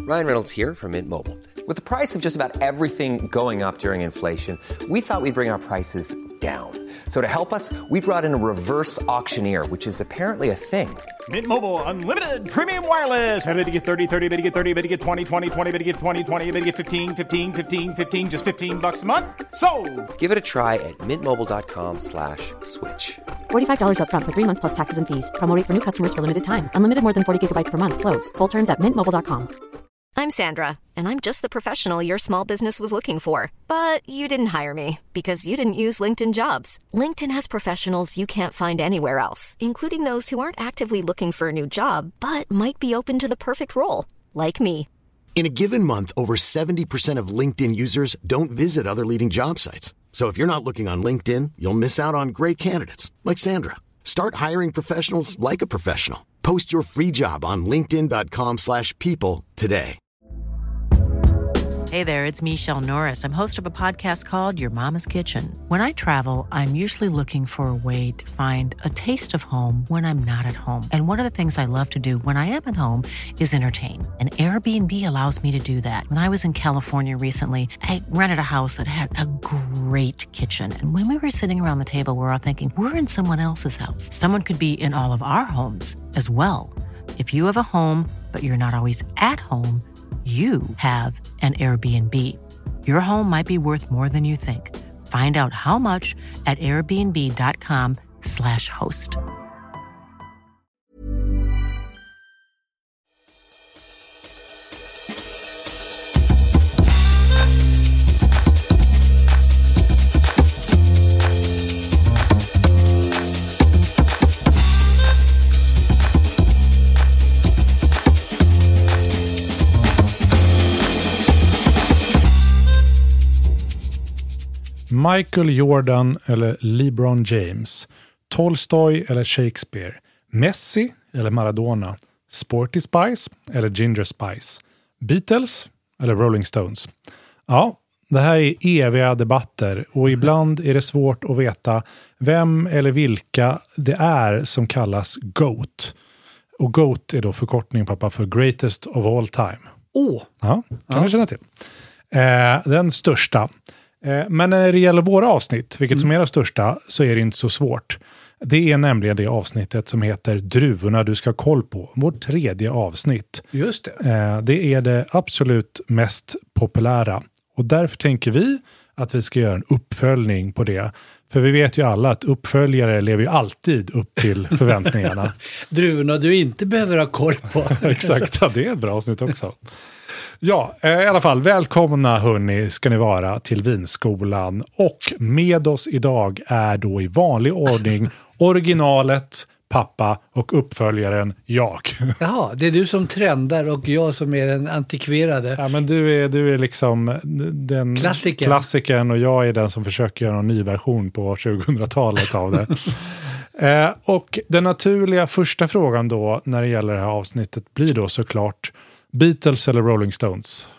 Ryan Reynolds here from Mint Mobile. With the price of just about everything going up during inflation, we thought we'd bring our prices down. So to help us, we brought in a reverse auctioneer, which is apparently a thing. Mint Mobile Unlimited Premium Wireless. How to get 30, 30, bit to get 30, bit to get 20, 20, 20, bit to get 20, 20, bit to get 15, 15, 15, 15, just $15 a month? Sold! Give it a try at mintmobile.com/switch. $45 up front for 3 months plus taxes and fees. Promo rate for new customers for limited time. Unlimited more than 40 gigabytes per month. Slows full terms at mintmobile.com. I'm Sandra, and I'm just the professional your small business was looking for. But you didn't hire me because you didn't use LinkedIn Jobs. LinkedIn has professionals you can't find anywhere else, including those who aren't actively looking for a new job, but might be open to the perfect role, like me. In a given month, over 70% of LinkedIn users don't visit other leading job sites. So if you're not looking on LinkedIn, you'll miss out on great candidates like Sandra. Start hiring professionals like a professional. Post your free job on linkedin.com/people today. Hey there, it's Michelle Norris. I'm host of a podcast called Your Mama's Kitchen. When I travel, I'm usually looking for a way to find a taste of home when I'm not at home. And one of the things I love to do when I am at home is entertain. And Airbnb allows me to do that. When I was in California recently, I rented a house that had a great kitchen. And when we were sitting around the table, we were all thinking, we're in someone else's house. Someone could be in all of our homes as well. If you have a home, but you're not always at home, you have an Airbnb. Your home might be worth more than you think. Find out how much at airbnb.com/host. Michael Jordan eller LeBron James, Tolstoy eller Shakespeare, Messi eller Maradona, Sporty Spice eller Ginger Spice, Beatles eller Rolling Stones. Ja, det här är eviga debatter och ibland är det svårt att veta vem eller vilka det är som kallas GOAT. Och GOAT är då förkortning, pappa, för Greatest of All Time. Ja, kan du känna till. Den största. Men när det gäller våra avsnitt, vilket som är det största, så är det inte så svårt. Det är nämligen det avsnittet som heter Druvorna du ska koll på. Vårt 3:e avsnitt. Just det. Det är det absolut mest populära. Och därför tänker vi att vi ska göra en uppföljning på det. För vi vet ju alla att uppföljare lever ju alltid upp till förväntningarna. Druvorna du inte behöver ha koll på. Exakt, ja, det är ett bra avsnitt också. Ja, i alla fall, välkomna hörni ska ni vara till Vinskolan. Och med oss idag är då i vanlig ordning originalet, pappa, och uppföljaren jag. Jaha, det är du som trendar och jag som är den antikverade. Ja, men du är liksom den klassikern och jag är den som försöker göra en ny version på 2000-talet av det. Och den naturliga första frågan då när det gäller det här avsnittet blir då såklart Beatles eller Rolling Stones?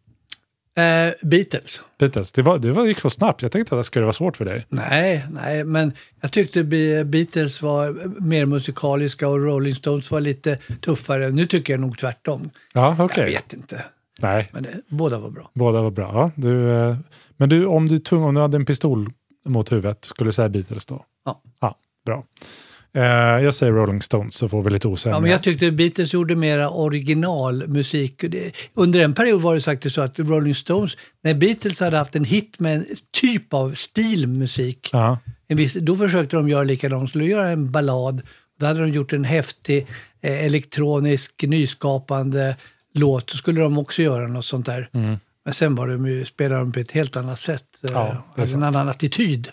Beatles. Beatles. Det gick så snabbt. Jag tänkte att det skulle vara svårt för dig. Nej, men jag tyckte Beatles var mer musikaliska och Rolling Stones var lite tuffare. Nu tycker jag nog tvärtom. Ja, okej. Jag vet inte. Nej. Men båda var bra. Båda var bra, ja. Men du, om du hade en pistol mot huvudet, skulle du säga Beatles då? Ja. Ja, bra. Jag säger Rolling Stones så får vi lite osämja. Ja, men jag tyckte Beatles gjorde mera originalmusik. Under en period var det sagt så att Rolling Stones, när Beatles hade haft en hit med en typ av stilmusik, då försökte de göra likadant. De skulle göra en ballad. Då hade de gjort en häftig elektronisk nyskapande låt. Så skulle de också göra något sånt där. Mm. Men sen spelade de på ett helt annat sätt. En annan attityd.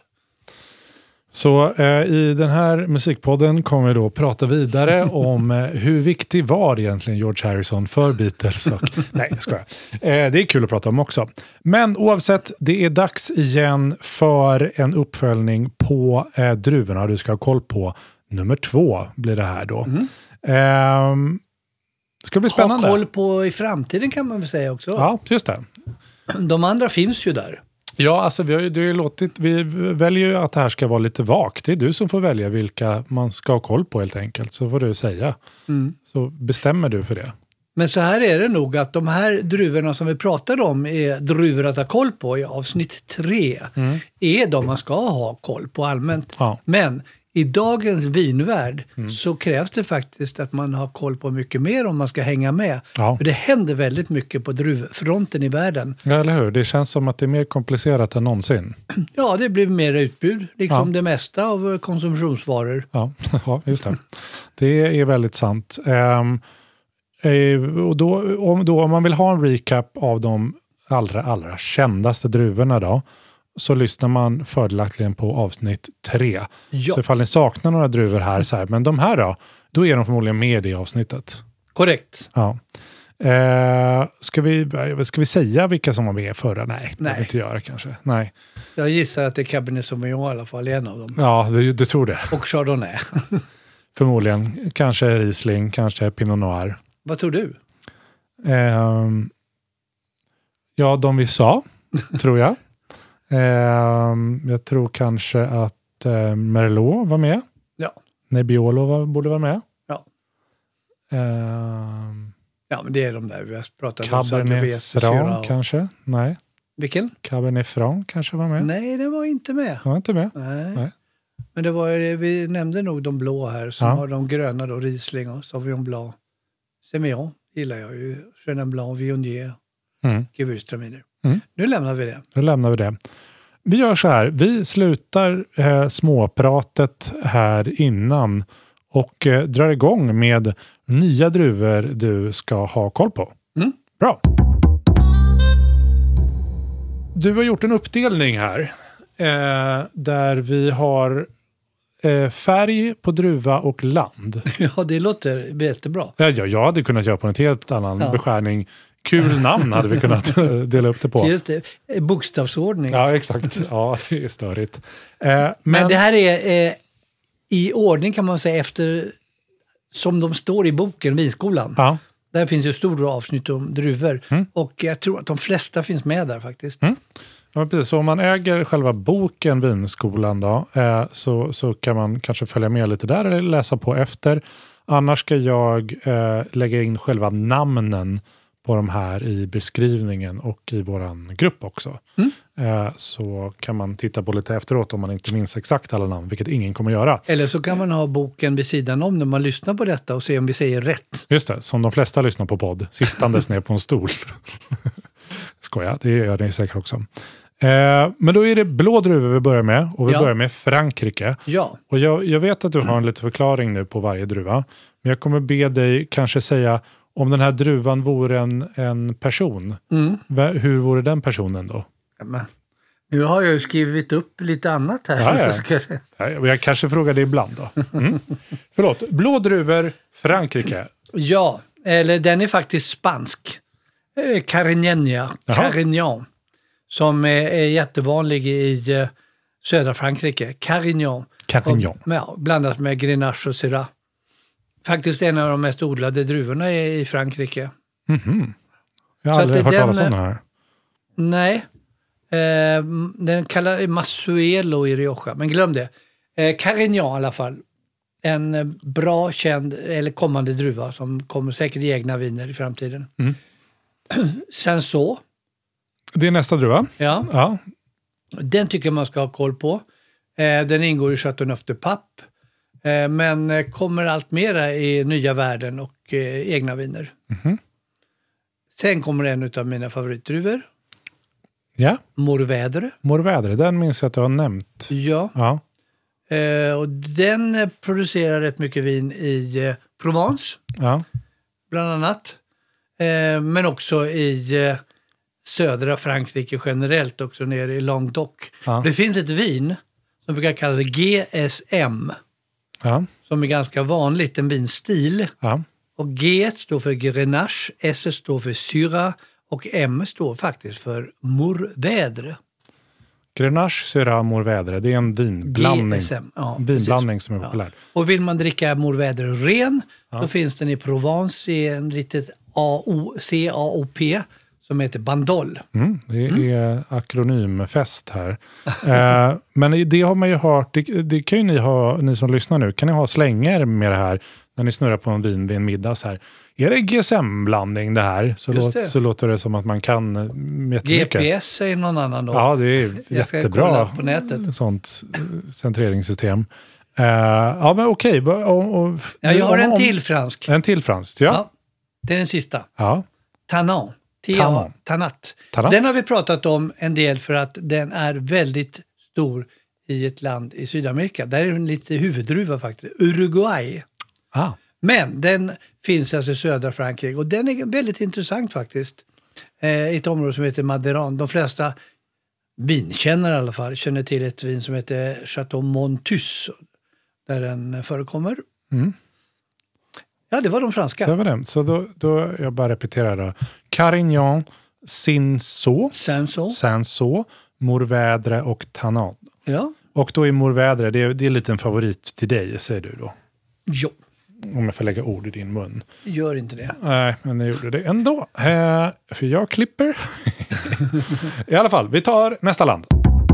Så i den här musikpodden kommer vi då prata vidare om hur viktig var egentligen George Harrison för Beatles. Nej, jag skojar. Det är kul att prata om också. Men oavsett, det är dags igen för en uppföljning på druvorna du ska ha koll på. Nummer 2 blir det här då. Ska bli spännande. Ha koll på i framtiden kan man väl säga också. Ja, just det. De andra finns ju där. Ja, alltså vi väljer ju att det här ska vara lite vagt. Det är du som får välja vilka man ska ha koll på helt enkelt. Så får du säga. Så bestämmer du för det. Men så här är det nog att de här druvorna som vi pratade om är druvor att ha koll på i avsnitt 3. Är de man ska ha koll på allmänt. Ja. Men i dagens vinvärld så krävs det faktiskt att man har koll på mycket mer om man ska hänga med. Ja. För det händer väldigt mycket på druvfronten i världen. Ja, eller hur? Det känns som att det är mer komplicerat än någonsin. Ja, det blir mer utbud. Liksom det mesta av konsumtionsvaror. Ja, just det. Det är väldigt sant. Och då, om man vill ha en recap av de allra kändaste druvorna då, så lyssnar man fördelaktigen på avsnitt 3. Ja. Så ifall ni saknar några druvor här, så här, men de här då är de förmodligen med i avsnittet. Korrekt. Ja. Ska vi säga vilka som var med förra? Nej, det vill vi inte göra kanske. Nej. Jag gissar att det är Cabernet Sauvignon i alla fall, en av dem. Ja, du tror det. Och Chardonnay. Förmodligen. Kanske Riesling, kanske Pinot Noir. Vad tror du? Ja, de vi sa, tror jag. Jag tror kanske att Merlot var med. Ja. Nebbiolo borde vara med. Ja. Ja, men det är de där vi har pratat om. Cabernet Franc kanske? Nej. Vilken? Cabernet Franc kanske var med. Nej, det var inte med. Var inte med? Nej. Men det var, vi nämnde nog de blå här som har de gröna då, Riesling och Sauvignon Blanc. Semillon gillar jag ju. Chenin Blanc, Viognier, Gewürztraminer. Nu lämnar vi det. Vi gör så här. Vi slutar småpratet här innan och drar igång med nya druvor du ska ha koll på. Bra. Du har gjort en uppdelning här där vi har färg på druva och land. Ja, det låter jättebra. Ja, jag hade kunnat göra på en helt annan beskärning. Kul namn hade vi kunnat dela upp det på. Just det, bokstavsordning. Ja, exakt. Ja, det är störigt. Men det här är i ordning kan man säga efter som de står i boken, Vinskolan. Ja. Där finns ju stora avsnitt om druvor. Och jag tror att de flesta finns med där faktiskt. Ja, precis. Så om man äger själva boken Vinskolan då, så kan man kanske följa med lite där eller läsa på efter. Annars ska jag lägga in själva namnen på de här i beskrivningen och i våran grupp också. Så kan man titta på lite efteråt om man inte minns exakt alla namn, vilket ingen kommer göra. Eller så kan man ha boken vid sidan om när man lyssnar på detta och se om vi säger rätt. Just det, som de flesta lyssnar på podd, sittandes ner på en stol. Skoja, det gör ni säkert också. Men då är det blå druvor vi börjar med, och vi börjar med Frankrike. Ja. Och jag vet att du har en liten förklaring nu på varje druva, men jag kommer be dig kanske säga om den här druvan vore en person. Hur vore den personen då? Men, nu har jag ju skrivit upp lite annat här. Ja. Jag kanske frågar det ibland då. Förlåt, blå druvor, Frankrike. Ja, eller den är faktiskt spansk. Carignan. Som är jättevanlig i södra Frankrike. Carignan. Blandat med Grenache och Syrah. Faktiskt en av de mest odlade druvorna i Frankrike. Jag har aldrig hört talas om den här. Nej. Den kallar Masuelo i Rioja. Men glöm det. Carignan i alla fall. En bra känd eller kommande druva som kommer säkert i egna viner i framtiden. Sen så. Det är nästa druva. Ja. Den tycker man ska ha koll på. Den ingår i Châteauneuf de Pape. Men kommer allt mera i nya världen och egna viner. Sen kommer en av mina favoritdruvor. Ja. Mourvèdre, den minns jag att du har nämnt. Ja. Och den producerar rätt mycket vin i Provence. Ja. Bland annat. Men också i södra Frankrike generellt, också nere i Languedoc. Ja. Det finns ett vin som brukar kallas GSM. Ja. Som är ganska vanligt, en vinstil. Ja. Och G står för Grenache, S står för Syrah och M står faktiskt för Mourvèdre. Grenache, Syrah, Mourvèdre, det är en vinblandning. GSM, ja, vinblandning som är populär. Ja. Och vill man dricka Mourvèdre ren, då finns den i Provence i en litet CAOP som heter Bandol. Det är akronymfest här. Men det har man ju hört, det kan ju ni som lyssnar nu, kan ni ha slänger med det här när ni snurrar på en vin vid en middag så här. Är det GSM-blandning det här? Så låter det som att man kan jättemycket. GPS säger någon annan då. Ja, det är jättebra på nätet. Sånt centreringssystem. Ja, men okej. Jag har en till fransk. En till fransk, ja. Det är den sista. Ja. Tanat. Tanat. Den har vi pratat om en del för att den är väldigt stor i ett land i Sydamerika. Där är den lite huvuddruva faktiskt. Uruguay. Men den finns alltså i södra Frankrike och den är väldigt intressant faktiskt. I ett område som heter Madeiran. De flesta vinkännare i alla fall känner till ett vin som heter Chateau Montus där den förekommer. Ja, det var de franska. Det var det. Så då jag bara repeterar då. Carignan, Cinsault, Mourvèdre och Tanat. Ja. Och då är Mourvèdre, det är lite en favorit till dig, säger du då? Jo. Om jag får lägga ord i din mun. Gör inte det. Nej, men jag gjorde det ändå. För jag klipper. I alla fall, vi tar nästa land.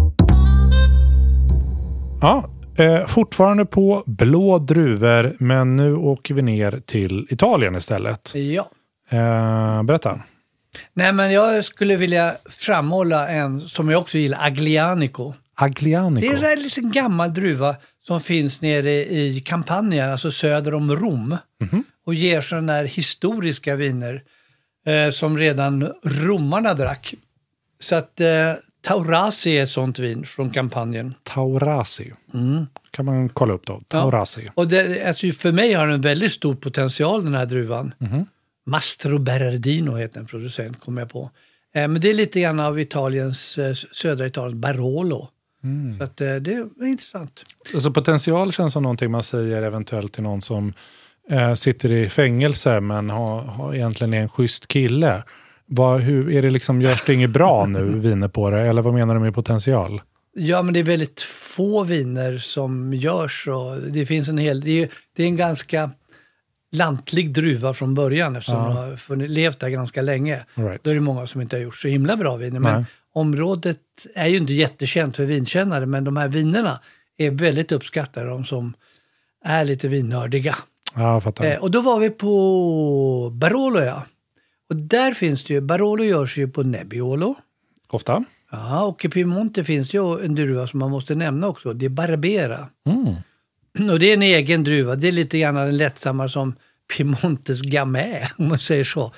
Ja, fortfarande på blå druvor, men nu åker vi ner till Italien istället. Ja. Berätta. Nej, men jag skulle vilja framhålla en som jag också gillar, Aglianico. Aglianico? Det är en liten gammal druva som finns nere i Campania, alltså söder om Rom. Och ger sådana här historiska viner som redan romarna drack. Så att Taurasi är ett sånt vin från Campanien. Taurasi. Kan man kolla upp då. Taurasi. Ja. Och alltså för mig har den väldigt stor potential, den här druvan. Mastro Berardino heter en producent, kommer jag på. Men det är lite grann av södra Italien, Barolo. Så att det är intressant. Alltså potential känns som någonting man säger eventuellt till någon som sitter i fängelse men har egentligen en schysst kille. Hur är det liksom, görs det inget bra nu viner på det? Eller vad menar du med potential? Ja, men det är väldigt få viner som görs. Och det finns det är en ganska lantlig druva från början eftersom de har levt där ganska länge. Right. Då är det många som inte har gjort så himla bra viner. Men området är ju inte jättekänt för vinkännare, men de här vinerna är väldigt uppskattade, de som är lite vinnördiga. Ja, fattar. Och då var vi på Barolo, ja. Och där finns det ju, Barolo görs ju på Nebbiolo. Ofta. Ja, och i Piemonte finns det ju en druva som man måste nämna också. Det är Barbera. Och det är en egen druva. Det är lite grann en lättsammare som Piemontes Gamay, om man säger så.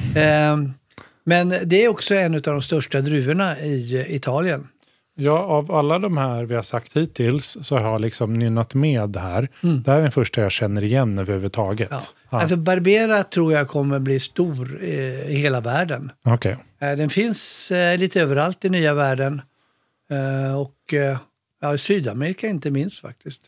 Men det är också en av de största druvorna i Italien. Ja, av alla de här vi har sagt hittills så har jag liksom nynnat med det här. Det här är den första jag känner igen överhuvudtaget. Ja. Alltså Barbera tror jag kommer bli stor i hela världen. Okay. Den finns lite överallt i nya världen. Och i Sydamerika inte minst faktiskt.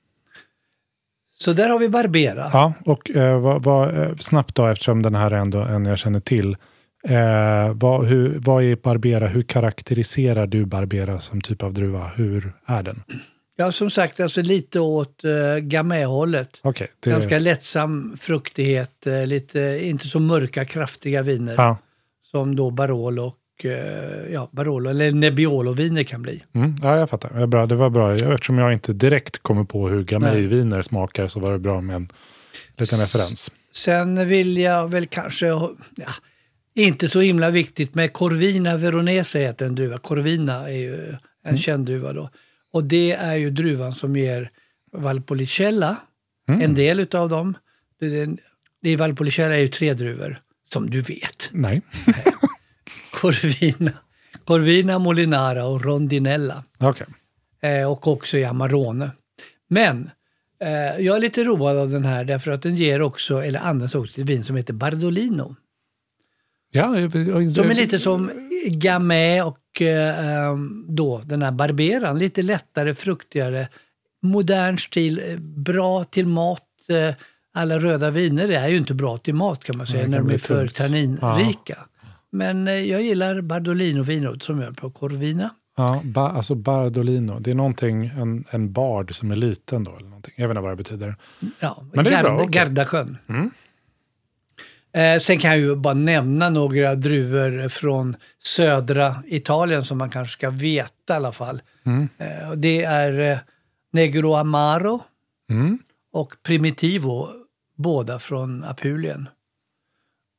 Så där har vi Barbera. Ja, och snabbt då, eftersom den här är ändå en jag känner till. Vad är Barbera? Hur karaktäriserar du Barbera som typ av druva? Hur är den? Ja, som sagt, alltså lite åt Gamay-hållet. Okay, ganska lättsam fruktighet, lite inte så mörka, kraftiga viner. Som då Barolo och Barolo eller Nebbiolo-viner kan bli. Ja, jag fattar. Det var bra. Eftersom jag inte direkt kommer på hur Gamay-viner smakar så var det bra med en liten referens. Sen vill jag väl kanske... inte så himla viktigt, med Corvina Veronese heter en druva. Corvina är ju en känd druva då. Och det är ju druvan som ger Valpolicella, en del utav dem. Det Valpolicella är ju 3 druvor, som du vet. Nej. Corvina, Molinara och Rondinella. Okay. Och också i Amarone. Men jag är lite road av den här därför att den ger också, eller används också till vin som heter Bardolino. Ja, som är lite som Gamay och då den här Barberan. Lite lättare, fruktigare, modern stil, bra till mat. Alla röda viner är ju inte bra till mat kan man säga när de är för tanninrika. Men jag gillar Bardolino-viner som jag på Corvina. Ja, alltså Bardolino. Det är någonting, en bard som är liten då eller någonting. Jag vet inte vad det betyder. Ja, men det är bra, Gardasjön. Sen kan jag ju bara nämna några druvor från södra Italien som man kanske ska veta i alla fall. Det är Negro Amaro och Primitivo, båda från Apulien.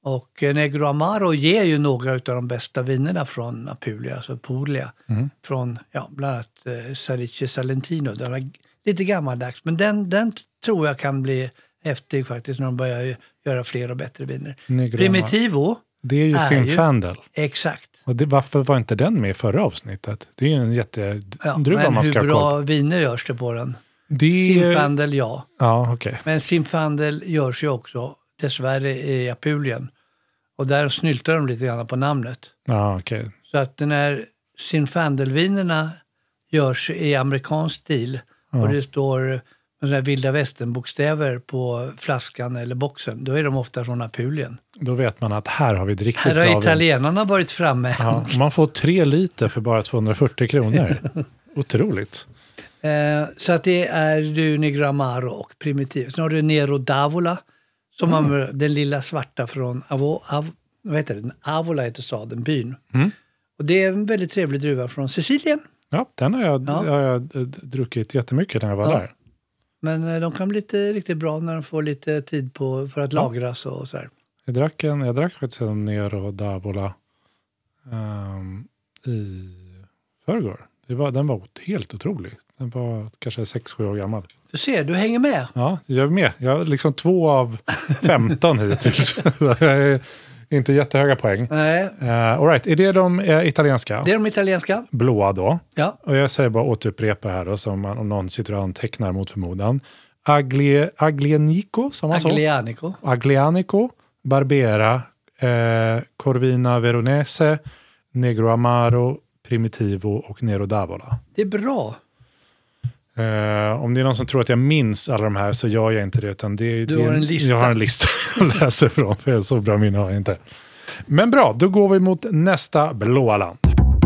Och Negro Amaro ger ju några av de bästa vinerna från Apulia, alltså Puglia. Från bland annat Salice Salentino. Den var lite gammaldags, men den tror jag kan bli häftig faktiskt när de börjar göra fler och bättre viner. Negro Primitivo. Det är ju Zinfandel. Exakt. Och varför var inte den med i förra avsnittet? Det är ju en jättedruva men man ska hur ha bra koll på. viner görs det på den? Zinfandel, ja. Ja, okej. Men Zinfandel görs ju också dessvärre i Apulien. Och där snyltar de lite grann på namnet. Ja, okej. Så att den här Zinfandel-vinerna görs i amerikansk stil. Och det står sådana vilda västern-bokstäver på flaskan eller boxen. Då är de ofta från Apulien. Då vet man att här har vi ett riktigt här bra har vin. italienarna varit framme. Ja, man får 3 liter för bara 240 kronor. Otroligt. Så att det är du Negro Amaro och Primitivo. Sen har du Nero d'Avola. Som har den lilla svarta från Avola heter staden, byn. Och det är en väldigt trevlig druva från Sicilien. Ja, den har jag druckit jättemycket när jag var där. Men de kan bli riktigt bra när de får lite tid för att lagras och så här. Jag drack faktiskt en Nero d'Avola i förrgår. Den var helt otrolig. Den var kanske 6-7 år gammal. Du ser, du hänger med. Ja, jag är med. Jag har liksom 2 av 15 hittills. Jag är inte jättehöga poäng. Nej. All right. Är det de italienska? Det är de italienska. Blåa då. Ja. Och jag säger bara återupprepa det här då, som om någon sitter och antecknar mot förmodan. Aglianico, som man sa. Aglianico, Barbera, Corvina Veronese, Negro Amaro, Primitivo och Nero d'Avola. Det är bra. Om det är någon som tror att jag minns alla de här så gör jag inte det. Utan du har en lista. Jag har en lista att läsa från, för så bra minne har jag inte. Men bra, då går vi mot nästa blåa land.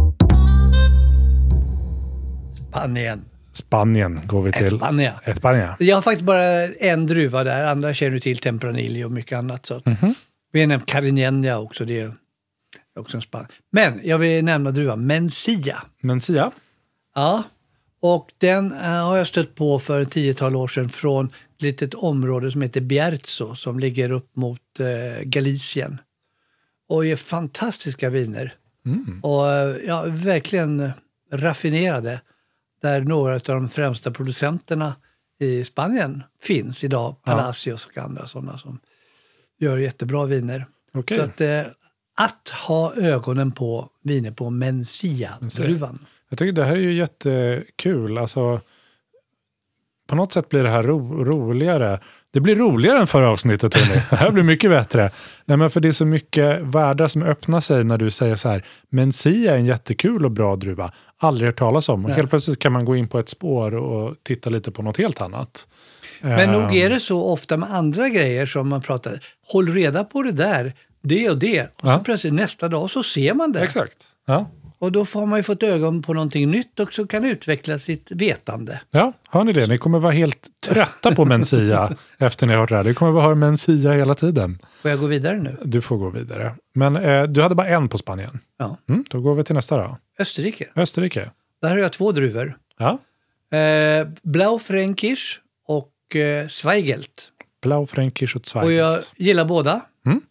Spanien går vi till. España. Jag har faktiskt bara en druva där. Andra känner till Tempranillo och mycket annat. Så. Vi har nämnt Carignana också. Det är också en Spanien. Men jag vill nämna druvan Mencía. Mencía? Ja. Och den har jag stött på för 10-tal år sedan från ett litet område som heter Bierzo som ligger upp mot Galicien. Och är fantastiska viner. Och verkligen raffinerade. Där några av de främsta producenterna i Spanien finns idag. Palacios och andra sådana som gör jättebra viner. Okay. Så att ha ögonen på viner på Mencía-druvan. Jag tycker det här är ju jättekul. Alltså, på något sätt blir det här roligare. Det blir roligare än förra avsnittet. Det här blir mycket bättre. Nej, men för det är så mycket världar som öppnar sig när du säger så här. Mencía är en jättekul och bra druva. Aldrig hört talas om. Och helt plötsligt kan man gå in på ett spår och titta lite på något helt annat. Men nog är det så ofta med andra grejer som man pratar. Håll reda på det där. Det och det. Och så plötsligt nästa dag så ser man det. Exakt. Ja. Och då får man ju fått ögon på någonting nytt och så kan utveckla sitt vetande. Ja, hör ni det? Ni kommer vara helt trötta på Mencía efter ni har hört det här. Ni kommer bara höra Mencía hela tiden. Får jag gå vidare nu? Du får gå vidare. Men du hade bara en på Spanien. Ja. Då går vi till nästa då. Österrike. Där har jag 2 druvor. Ja. Blaufränkisch och Zweigelt. Blaufränkisch och Zweigelt. Och jag gillar båda.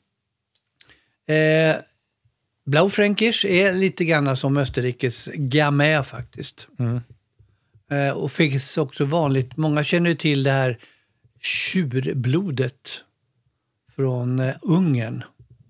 Blaufränkisch är lite grann som Österrikes Gamay faktiskt. Och finns också vanligt. Många känner ju till det här tjurblodet från Ungern.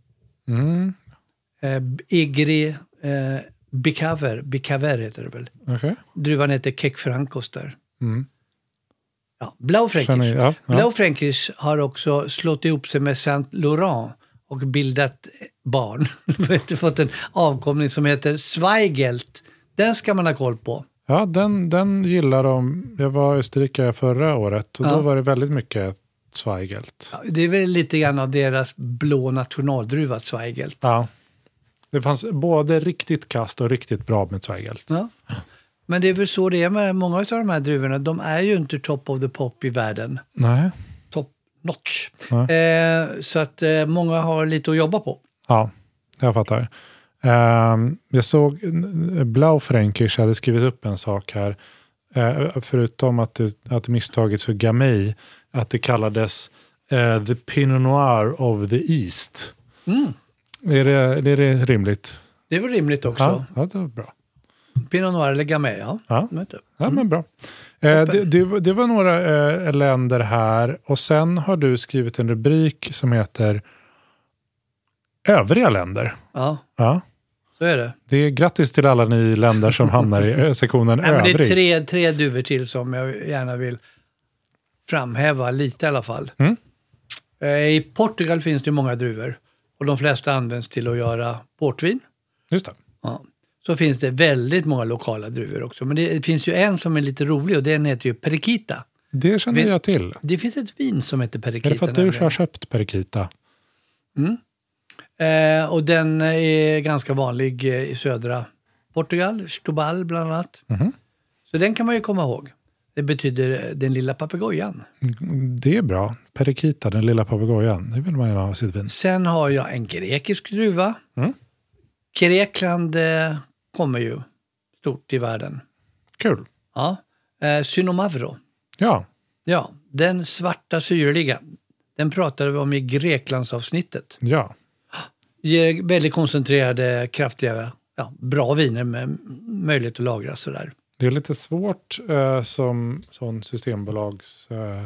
Egri Bikaver heter det väl. Okay. Druvan heter Kek Frankos där. Ja, Blaufränkisch. Blaufränkisch har också slått ihop sig med Saint Laurent och bildat barn. Vi har inte fått en avkomling som heter Zweigelt. Den ska man ha koll på. Ja, den gillar de. Jag var i Österrike förra året och då var det väldigt mycket Zweigelt. Ja, det är väl lite grann av deras blå nationaldruva Zweigelt. Ja, det fanns både riktigt kast och riktigt bra med Zweigelt. Ja. Men det är väl så det är med många av de här druvorna. De är ju inte top of the pop i världen. Nej. Top notch. Så att många har lite att jobba på. Ja, jag fattar. Jag såg Blaufränkisch hade skrivit upp en sak här. Förutom att det misstagits för Gamay. Att det kallades The Pinot Noir of the East. Är det rimligt? Det var rimligt också. Ja, det var bra. Pinot Noir eller Gamay, ja. Men bra. Det var några länder här. Och sen har du skrivit en rubrik som heter Övriga länder. Ja. Så är det. Det är grattis till alla ni länder som hamnar i sektionen övrig. Det är tre duvor till som jag gärna vill framhäva lite i alla fall. I Portugal finns det många druvor. Och de flesta används till att göra portvin. Just det. Ja. Så finns det väldigt många lokala druvor också. Men det finns ju en som är lite rolig och den heter ju Periquita. Det känner jag till. Det finns ett vin som heter Periquita. Är det för att du har köpt Periquita? Och den är ganska vanlig i södra Portugal. Setúbal bland annat. Så den kan man ju komma ihåg. Det betyder den lilla papegojan. Det är bra. Periquita, den lilla papegojan. Det vill man gärna ha sitt vin. Sen har jag en grekisk druva. Grekland kommer ju stort i världen. Kul. Ja. Synomavro. Ja. Ja, den svarta syrliga. Den pratade vi om i Greklandsavsnittet. Ja. Ger väldigt koncentrerade, kraftiga, bra viner med möjlighet att lagra sådär. Det är lite svårt som sån systembolags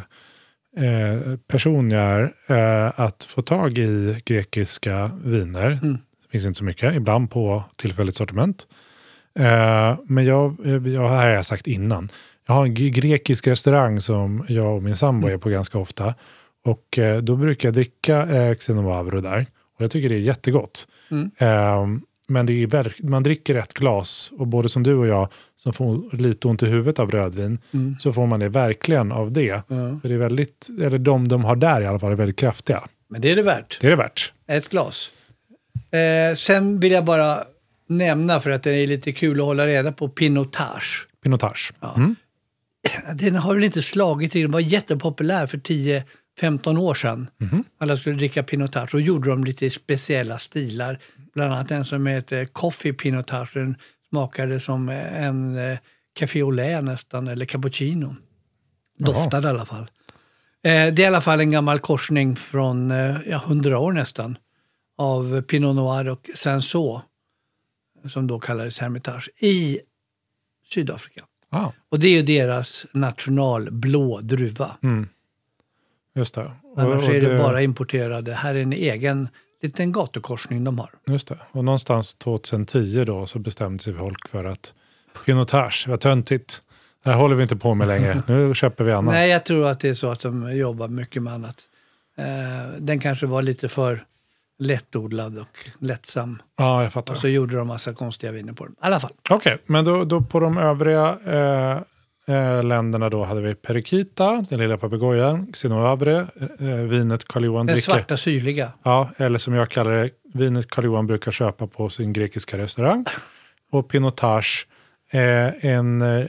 person jag är att få tag i grekiska viner. Det finns inte så mycket, ibland på tillfälligt sortiment. Men jag har jag sagt innan. Jag har en grekisk restaurang som jag och min sambo är på ganska ofta. Och då brukar jag dricka Synomavro där. Och jag tycker det är jättegott. Men det är man dricker ett glas. Och både som du och jag som får lite ont i huvudet av rödvin. Så får man det verkligen av det. För det är väldigt, eller de har där i alla fall är väldigt kraftiga. Men det är det värt. Det är det värt. Ett glas. Sen vill jag bara nämna för att det är lite kul att hålla reda på Pinotage. Pinotage. Ja. Den har väl inte slagit till. Den var jättepopulär för 10-15 år sedan. Alla skulle dricka Pinotage och gjorde de lite speciella stilar. Bland annat en som heter Coffee Pinotage. Den smakade som en café au lait nästan, eller cappuccino. Doftade i alla fall. Det är i alla fall en gammal korsning från 100 år nästan. Av Pinot Noir och Cinsault. Som då kallades Hermitage. I Sydafrika. Och det är ju deras nationalblå druva. Just det. Annars är det bara importerade. Här är en egen liten gatukorsning de har. Just det. Och någonstans 2010 då så bestämde sig folk för att Pinotage var töntigt. Det här håller vi inte på med längre. Nu köper vi annat. Nej, jag tror att det är så att de jobbar mycket med annat. Den kanske var lite för lättodlad och lättsam. Ja, jag fattar. Och så gjorde de massa konstiga viner på den. I alla fall. Okej, men då på de övriga länderna då hade vi Periquita, den lilla papegojan, Synomavro, vinet Karl-Johan dricker. Den svarta syrliga. Ja, eller som jag kallar det, vinet Karl-Johan brukar köpa på sin grekiska restaurang. Och Pinotage, en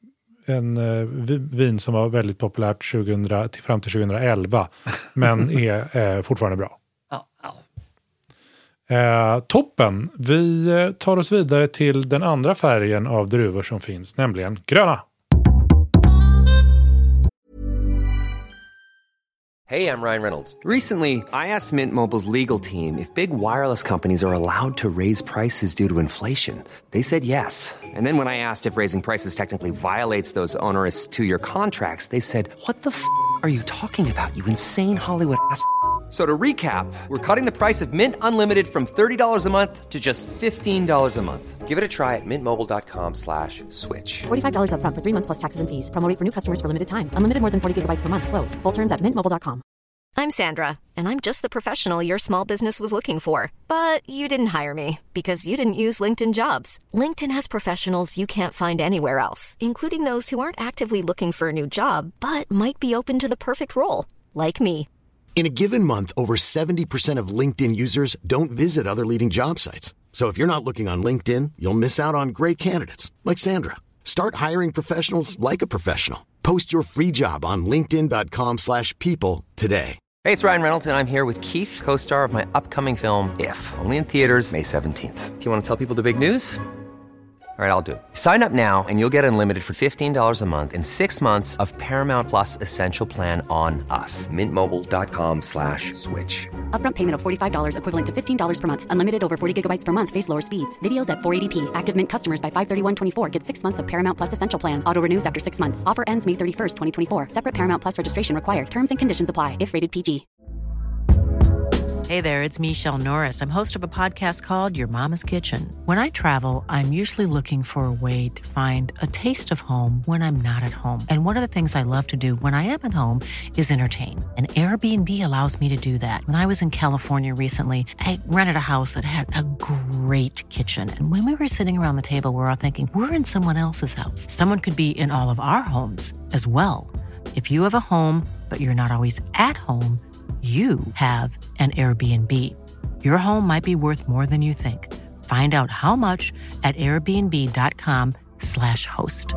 vin som var väldigt populärt fram till 2011, men är fortfarande bra. Toppen. Vi tar oss vidare till den andra färgen av druvor som finns, nämligen gröna. Hey, I'm Ryan Reynolds. Recently, I asked Mint Mobile's legal team if big wireless companies are allowed to raise prices due to inflation. They said yes. And then when I asked if raising prices technically violates those onerous 2-year contracts, they said, "What the f*** are you talking about, you insane Hollywood ass?" So to recap, we're cutting the price of Mint Unlimited from $30 a month to just $15 a month. Give it a try at mintmobile.com/switch. $45 up front for 3 months plus taxes and fees. Promo rate for new customers for limited time. Unlimited more than 40 gigabytes per month. Slows full terms at mintmobile.com. I'm Sandra, and I'm just the professional your small business was looking for. But you didn't hire me because you didn't use LinkedIn Jobs. LinkedIn has professionals you can't find anywhere else, including those who aren't actively looking for a new job, but might be open to the perfect role, like me. In a given month, over 70% of LinkedIn users don't visit other leading job sites. So if you're not looking on LinkedIn, you'll miss out on great candidates like Sandra. Start hiring professionals like a professional. Post your free job on linkedin.com/people today. Hey, it's Ryan Reynolds, and I'm here with Keith, co-star of my upcoming film, If, only in theaters May 17th. Do you want to tell people the big news? All right, I'll do it. Sign up now and you'll get unlimited for $15 a month and 6 months of Paramount Plus Essential Plan on us. MintMobile.com/switch. Upfront payment of $45 equivalent to $15 per month. Unlimited over 40 gigabytes per month. Face lower speeds. Videos at 480p. Active Mint customers by 531.24 get 6 months of Paramount Plus Essential Plan. Auto renews after 6 months. Offer ends May 31st, 2024. Separate Paramount Plus registration required. Terms and conditions apply if rated PG. Hey there, it's Michelle Norris. I'm host of a podcast called Your Mama's Kitchen. When I travel, I'm usually looking for a way to find a taste of home when I'm not at home. And one of the things I love to do when I am at home is entertain. And Airbnb allows me to do that. When I was in California recently, I rented a house that had a great kitchen. And when we were sitting around the table, we were all thinking, we're in someone else's house. Someone could be in all of our homes as well. If you have a home, but you're not always at home, you have an Airbnb. Your home might be worth more than you think. Find out how much at airbnb.com/host.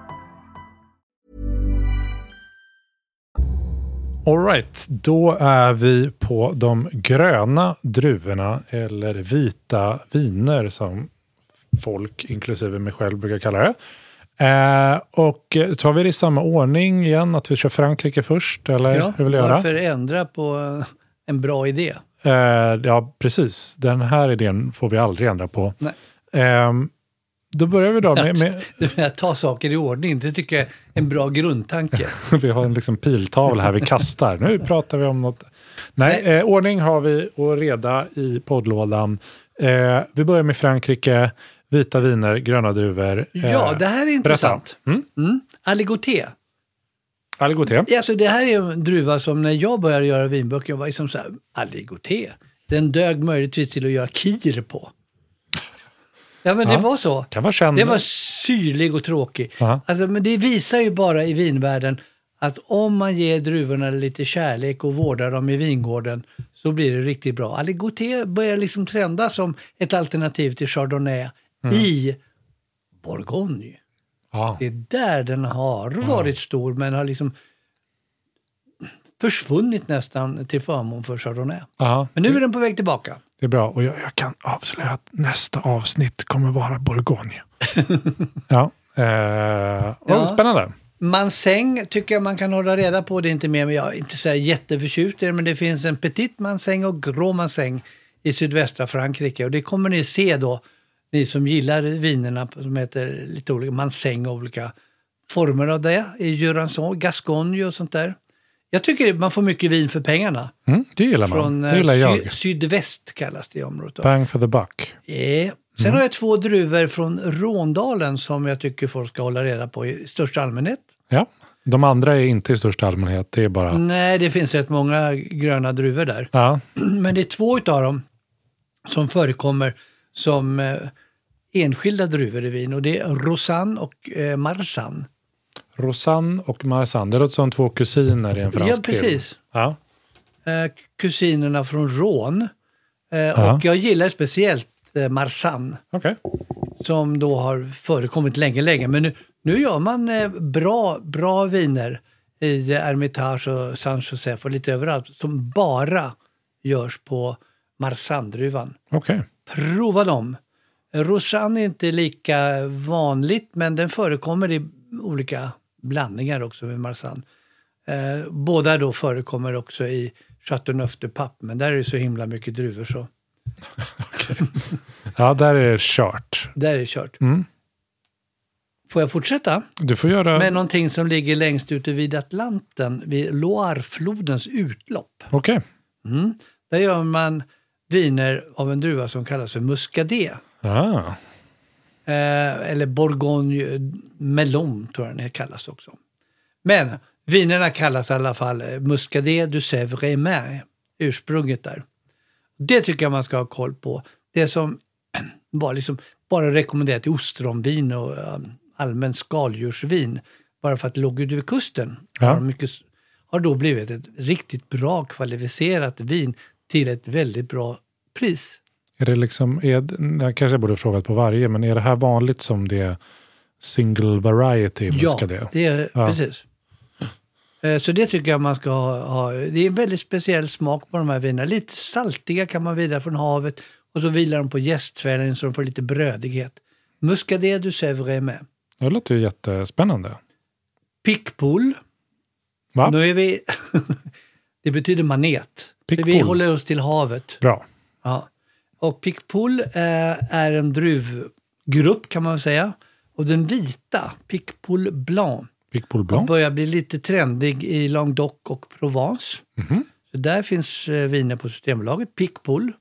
All right, då är vi på de gröna druvorna eller vita viner som folk, inklusive mig själv, brukar kalla det. Och tar vi det i samma ordning igen, att vi kör Frankrike först, eller hur vill jag göra? Varför ändra på en bra idé? Ja, precis. Den här idén får vi aldrig ändra på. Nej. Då börjar vi då med... Att ta saker i ordning, det tycker jag är en bra grundtanke. Vi har en liksom piltavla här vi kastar. Nu pratar vi om något... Nej. Ordning har vi och reda i poddlådan. Vi börjar med Frankrike. Vita viner, gröna druvor. Ja, det här är intressant. Aligoté. Aligoté. Alltså, det här är en druva som när jag började göra vinböcker var liksom så här, aligoté. Den dög möjligtvis till att göra kir på. Ja, men det var så. Kan vara känd. Det var syrlig och tråkig. Alltså, men det visar ju bara i vinvärlden att om man ger druvorna lite kärlek och vårdar dem i vingården så blir det riktigt bra. Aligoté börjar liksom trenda som ett alternativ till Chardonnay i Bourgogne. Ja. Det är där den har varit stor men har liksom försvunnit nästan till förmån för Chardonnay. Ja. Men nu är den på väg tillbaka. Det är bra och jag kan avslöja att nästa avsnitt kommer vara Bourgogne. Spännande. Mansäng tycker jag man kan hålla reda på. Det är inte mer, men jag är inte så jätteförtjust i det, men det finns en petit mansäng och grå mansäng i sydvästra Frankrike. Och det kommer ni se då, ni som gillar vinerna som heter lite olika mansäng och olika former av det. I Jurançon, Gascogne och sånt där. Jag tycker man får mycket vin för pengarna. Det gillar man. Från det gillar jag. sydväst kallas det i området. Bang for the buck. Sen har jag 2 druvor från Råndalen som jag tycker folk ska hålla reda på i största allmänhet. Ja, de andra är inte i största allmänhet. Det är bara... Nej, det finns rätt många gröna druvor där. Ja. Men det är 2 utav dem som förekommer som enskilda druvor i vin. Och det är Rosanne och Marsanne. Rosanne och Marsanne. Det låter som 2 kusiner i en fransk film. Ja, precis. Ja. Kusinerna från Rhône. Och jag gillar speciellt Marsanne. Okay. Som då har förekommit länge. Men nu gör man bra viner i Hermitage och Saint-Joseph och lite överallt som bara görs på Marsanne-druvan. Okay. Prova dem. Rosanne är inte lika vanligt, men den förekommer i olika blandningar också med Marsanne. Båda då förekommer också i Châteauneuf-du-Pape, men där är det så himla mycket druvor så. Okay. Ja, där är det kört. Där är det kört. Får jag fortsätta? Du får göra. Med någonting som ligger längst ute vid Atlanten, vid Loireflodens utlopp. Okej. Okay. Där gör man viner av en druva som kallas för Muscadet. Eller Bourgogne Melon tror jag den kallas också. Men vinerna kallas i alla fall Muscadet du Sèvres, ursprunget där. Det tycker jag man ska ha koll på. Det som var liksom bara rekommenderat i ostronvin och allmän skaldjursvin. Bara för att det låg ute vid kusten. Har då blivit ett riktigt bra kvalificerat vin till ett väldigt bra pris. Är det liksom, jag kanske borde frågat på varje, men är det här vanligt som det single variety? Ja, det är precis. Så det tycker jag man ska ha. Det är en väldigt speciell smak på de här vinerna. Lite saltiga kan man vidare från havet. Och så vilar de på jästvällen så de får lite brödighet. Muscadet du Sèvres är med. Det låter ju jättespännande. Picpoul. Va? Nu är vi... det betyder manet. Picpoul. Vi håller oss till havet. Bra. Ja. Och Picpoul är en druvgrupp kan man säga. Och den vita, Picpoul Blanc. Picpoul Blanc. Börjar bli lite trendig i Languedoc och Provence. Mm-hmm. Så där finns viner på Systembolaget. Picpoul.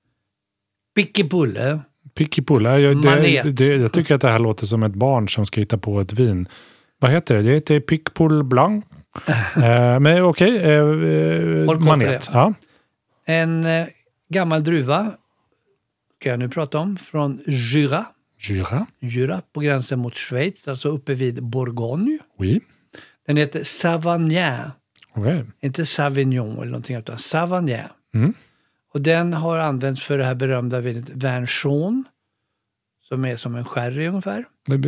Picpoul. Picpoul. Jag tycker att det här låter som ett barn som ska hitta på ett vin. Vad heter det? Det heter Picpoul Blanc. Men okej. Manet. Ja. En gammal druva ska jag nu prata om. Från Jura. Jura på gränsen mot Schweiz. Alltså uppe vid Bourgogne. Oui. Den heter Savagnin. Okay. Inte Savignon eller någonting utan Savagnin. Mm. Och den har använts för det här berömda vinet Vin Jaune. Som är som en sherry ungefär.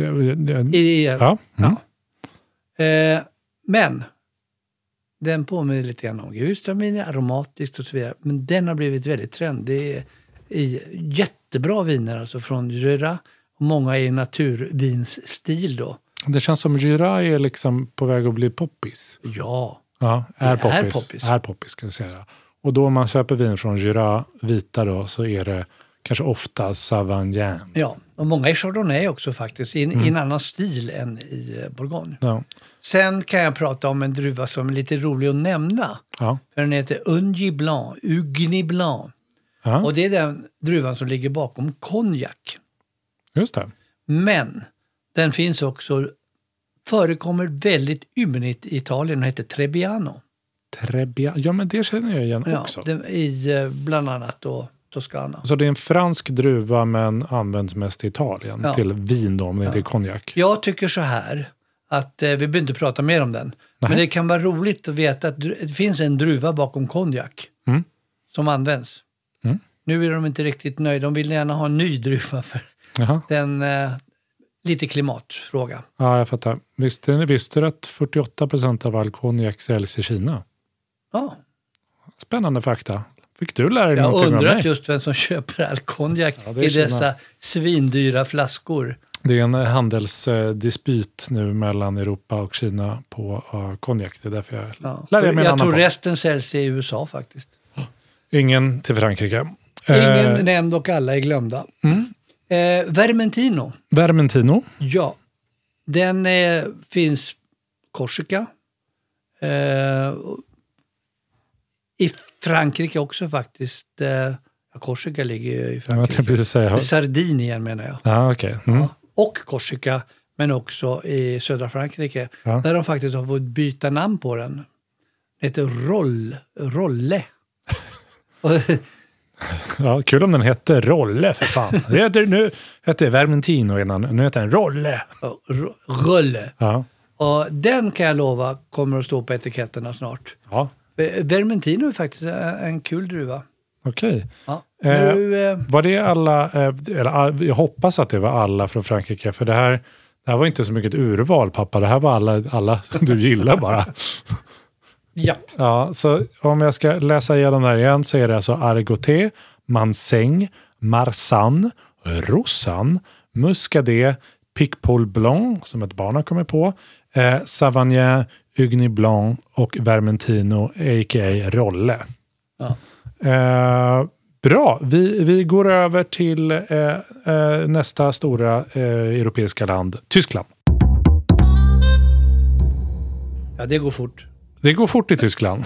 Ja. Mm. Ja. Men den påminner lite grann om Gewürztraminer, aromatiskt och så vidare. Men den har blivit väldigt trendig i jättebra viner alltså från Jura. Och många är i naturvinsstil då. Det känns som Jura är liksom på väg att bli poppis. Ja. Ja, är poppis ska jag säga. Och då om man köper vin från Jura vita då så är det kanske ofta Savagnin. Ja, och många är Chardonnay också faktiskt. I en annan stil än i Bourgogne. Ja. Sen kan jag prata om en druva som är lite rolig att nämna. Ja. För den heter Ugni Blanc. Ja. Och det är den druvan som ligger bakom konjak. Just det. Men den finns också, förekommer väldigt ymnigt i Italien och heter Trebbiano. Ja, men det känner jag igen också. I bland annat då Toscana. Så det är en fransk druva men används mest i Italien till vin då, om det inte är konjak. Jag tycker så här att vi behöver inte prata mer om den. Men det kan vara roligt att veta att det finns en druva bakom konjak som används. Mm. Nu är de inte riktigt nöjda. De vill gärna ha en ny druva för den lite klimatfråga. Ja, jag fattar. Visste du att 48% av all konjak säljs i Kina? Ja. Spännande fakta. Fick du lära dig någonting Jag om mig? undrar just vem som köper all konjak i dessa svindyra flaskor. Det är en handelsdispyt nu mellan Europa och Kina på konjak. Det är därför jag lärde mig en annan tror podd. resten säljs i USA faktiskt. Ingen till Frankrike. Ingen nämnd och alla är glömda. Vermentino. Vermentino. Ja. Den finns Korsika. I Frankrike också faktiskt. Korsika ligger ju i Frankrike. Sardinien menar jag. Ja, okej. Okay. Ja, och Korsika, men också i södra Frankrike. Ja. Där de faktiskt har fått byta namn på den. Det heter Rolle. Ja, kul om den hette Rolle för fan. Nu heter Vermentino innan. Nu heter den Rolle. Rolle. Ja. Och den kan jag lova kommer att stå på etiketterna snart. Ja. Vermentino är faktiskt en kul druva. Okej. Ja. Var det alla, eller jag hoppas att det var alla från Frankrike, för det här var inte så mycket urval, pappa. Det här var alla du gillar bara. Ja. Ja, så om jag ska läsa igenom det här igen så är det alltså Argoté, Manseng, Marsanne, Roussanne, Muscadet, Picpoul Blanc, som ett barn har kommit på, Savagnin, Ugni Blanc och Vermentino, a.k.a. Rolle. Ja. Bra, vi går över till nästa stora europeiska land, Tyskland. Ja, det går fort. Det går fort i Tyskland.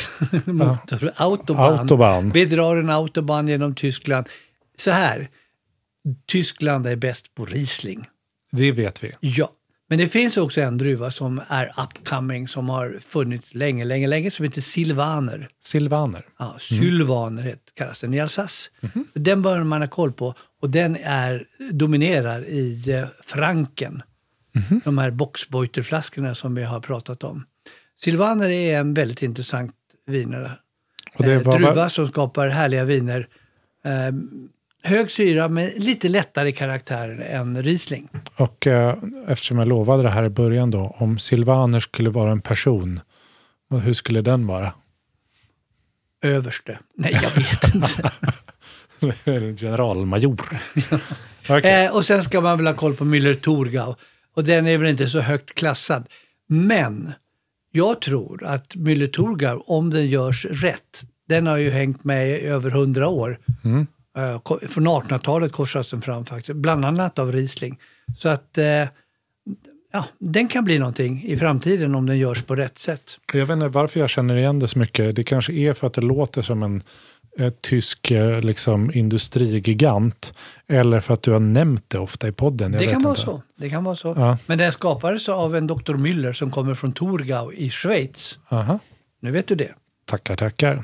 Autobahn. Vi drar en autobahn genom Tyskland. Så här, Tyskland är bäst på Riesling. Det vet vi. Ja, men det finns också en druva som är upcoming, som har funnits länge, som heter Sylvaner. Sylvaner? Ja, Sylvaner kallas den i Alsace. Mm-hmm. Den bör man ha koll på, och den dominerar i Franken. Mm-hmm. De här boxbeuterflaskorna som vi har pratat om. Sylvaner är en väldigt intressant vinare. Druva som skapar härliga viner. Hög syra med lite lättare karaktär än Riesling. Och eftersom jag lovade det här i början då, om Sylvaner skulle vara en person, hur skulle den vara? Överste. Nej, jag vet inte. Generalmajor. Okay. Och sen ska man väl ha koll på Müller-Thurgau. Och den är väl inte så högt klassad. Men jag tror att Müller-Thurgau, om den görs rätt, den har ju hängt med i över 100 år. Från 1800-talet korsas den fram faktiskt. Bland annat av Riesling. Så att den kan bli någonting i framtiden om den görs på rätt sätt. Jag vet inte varför jag känner igen det så mycket. Det kanske är för att det låter som en tysk liksom, industrigigant. Eller för att du har nämnt det ofta i podden. Det kan vara så. Ja. Men den skapades av en Dr. Müller som kommer från Thurgau i Schweiz. Aha. Nu vet du det. Tackar.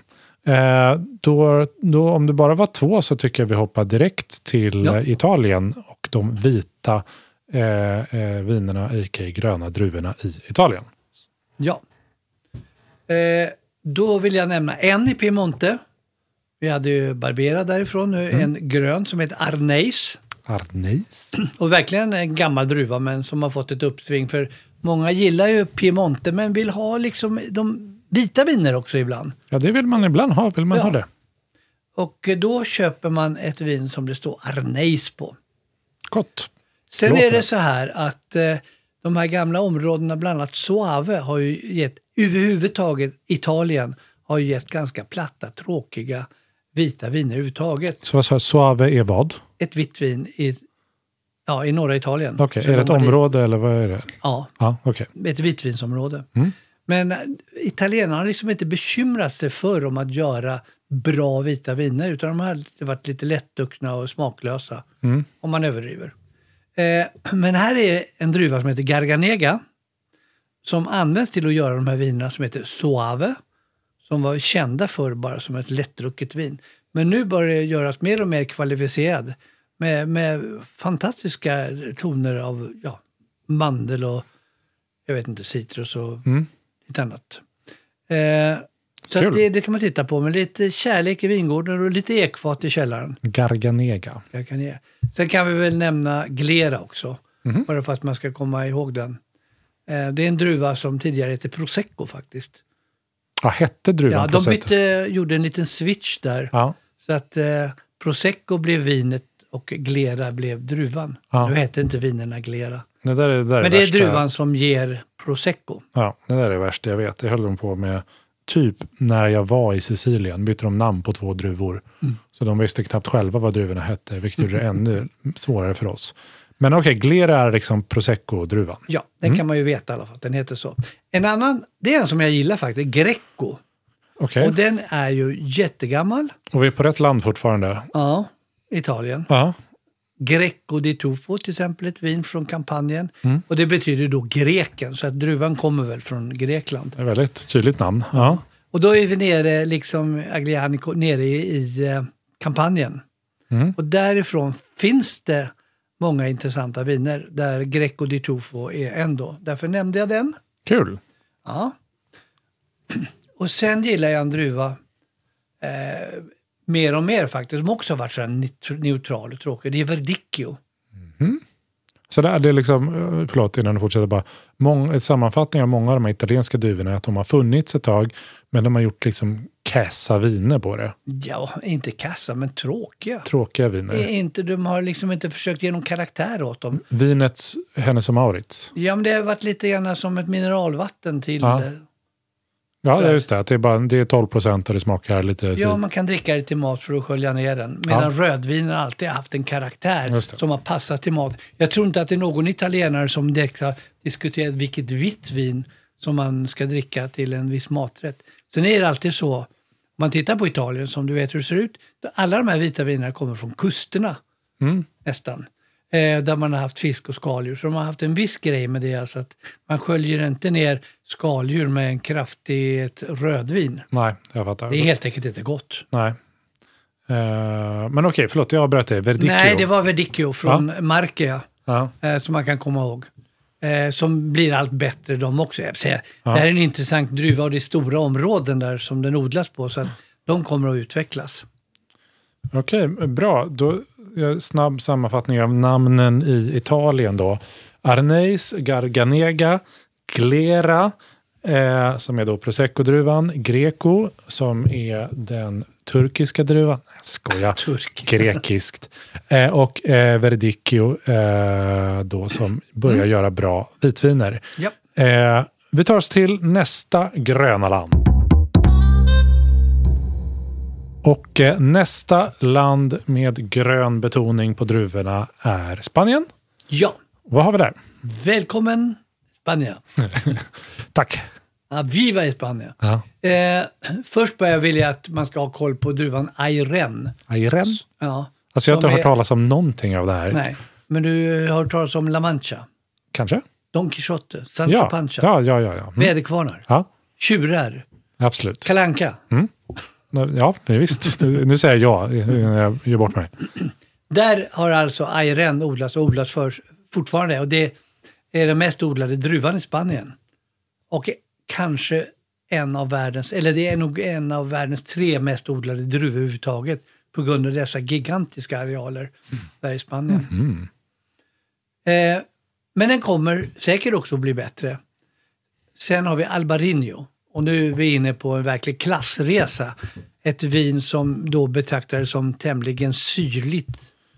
Då om det bara var 2 så tycker jag vi hoppar direkt till Italien och de vita vinerna, a.k.a. gröna druvorna i Italien. Ja. Då vill jag nämna en i Piemonte. Vi hade ju Barbera därifrån nu. En grön som heter Arneis. Och verkligen en gammal druva men som har fått ett uppsving. För många gillar ju Piemonte men vill ha liksom de vita viner också ibland. Ja, det vill man ibland ha. Vill man ha det? Och då köper man ett vin som det står Arneis på. Gott. Sen är det så här att de här gamla områdena, bland annat Soave, har ju gett, överhuvudtaget Italien har ju gett ganska platta, tråkiga vita viner överhuvudtaget. Så vad sa Soave är vad? Ett vitt vin i norra Italien. Okej, är det ett område eller vad är det? Ja, okay. Ett vitvinsområde. Men italienarna har liksom inte bekymrat sig för om att göra bra vita viner, utan de har varit lite lättduckna och smaklösa om man överdriver. Men här är en druva som heter Garganega som används till att göra de här vinerna som heter Soave, som var kända för bara som ett lättdrucket vin. Men nu börjar det göras mer och mer kvalificerad med fantastiska toner av mandel och jag vet inte, citrus och lite annat. Så att det kan man titta på med lite kärlek i vingården och lite ekfat i källaren. Garganega. Sen kan vi väl nämna Glera också. Bara för att man ska komma ihåg den. Det är en druva som tidigare hette Prosecco faktiskt. Ja, hette druvan Prosecco? De gjorde en liten switch där. Ja. Så att Prosecco blev vinet och Glera blev druvan. Ja. Nu heter inte vinerna Glera. Men det är druvan som ger Prosecco. Ja, det där är det värsta jag vet. Det höll de på med typ när jag var i Sicilien. Bytte de namn på 2 druvor. Så de visste knappt själva vad druvorna hette. Vilket gjorde det ännu svårare för oss. Men okej, Glera är liksom Prosecco-druvan. Ja, den kan man ju veta i alla fall. Den heter så. En annan, det är en som jag gillar faktiskt. Greco. Okay. Och den är ju jättegammal. Och vi är på rätt land fortfarande. Ja, Italien. Ja. Greco di Tufo till exempel, ett vin från Kampanjen. Och det betyder då greken, så att druvan kommer väl från Grekland. Det är väldigt tydligt namn. Ja. Och då är vi nere, liksom Agliani, nere i Kampanjen. Och därifrån finns det många intressanta viner där Greco di Tufo är ändå. Därför nämnde jag den. Kul. Ja. Och sen gillar jag en druva mer och mer faktiskt, som också har varit så neutral och tråkig. Det är Verdicchio. Så det är liksom, förlåt innan du fortsätter bara, ett sammanfattning av många av de här italienska druvorna är att de har funnits ett tag, men de har gjort liksom kassa viner på det. Ja, inte kassa, men tråkiga. Tråkiga viner. De har liksom inte försökt ge någon karaktär åt dem. Vinets Hennes och Mauritz. Ja, men det har varit lite grann som ett mineralvatten till... Ja, det är just det. Det är 12% och det smakar lite... Ja, man kan dricka det till mat för att skölja ner den. Medan rödviner alltid har haft en karaktär som har passat till mat. Jag tror inte att det är någon italienare som direkt har diskuterat vilket vitt vin som man ska dricka till en viss maträtt. Sen är det alltid så, om man tittar på Italien som du vet hur det ser ut, alla de här vita vinerna kommer från kusterna nästan. Där man har haft fisk och skaldjur. Så de har haft en viss grej med det. Alltså att man sköljer inte ner skaldjur med en kraftigt rödvin. Nej, jag fattar. Det är helt enkelt inte gott. Nej. Men okej, förlåt, jag avbröt dig. Verdicchio. Nej, det var Verdicchio från Marchia. Som man kan komma ihåg. Som blir allt bättre de också. Det här är en intressant druva och det är stora områden där som den odlas på. Så att de kommer att utvecklas. Okej, bra. Då snabb sammanfattning av namnen i Italien då. Arneis, Garganega, Glera, som är då Prosecco-druvan, Greco som är den turkiska druvan, jag skojar, grekiskt, och Verdicchio då som börjar göra bra vitviner. Yep. Vi tar oss till nästa gröna land. Och nästa land med grön betoning på druvorna är Spanien. Ja. Vad har vi där? Välkommen Spanien. Tack. Viva i Spanien. Ja. Först börjar jag vilja att man ska ha koll på druvan Ayren. Ayren? Ja. Alltså jag har inte hört talas om någonting av det här. Nej, men du har hört talas om La Mancha. Kanske? Don Quixote, Sancho Panza. Ja. Väderkvarnar. Ja. Tjurar. Absolut. Kalle Anka. Ja, visst. Nu säger jag gör bort mig. Där har alltså Ayren odlats för fortfarande. Och det är den mest odlade druvan i Spanien. Och kanske det är nog en av världens 3 mest odlade druvor överhuvudtaget. På grund av dessa gigantiska arealer där i Spanien. Men den kommer säkert också bli bättre. Sen har vi Albarino. Och nu är vi inne på en verklig klassresa. Ett vin som då betraktades som tämligen syrligt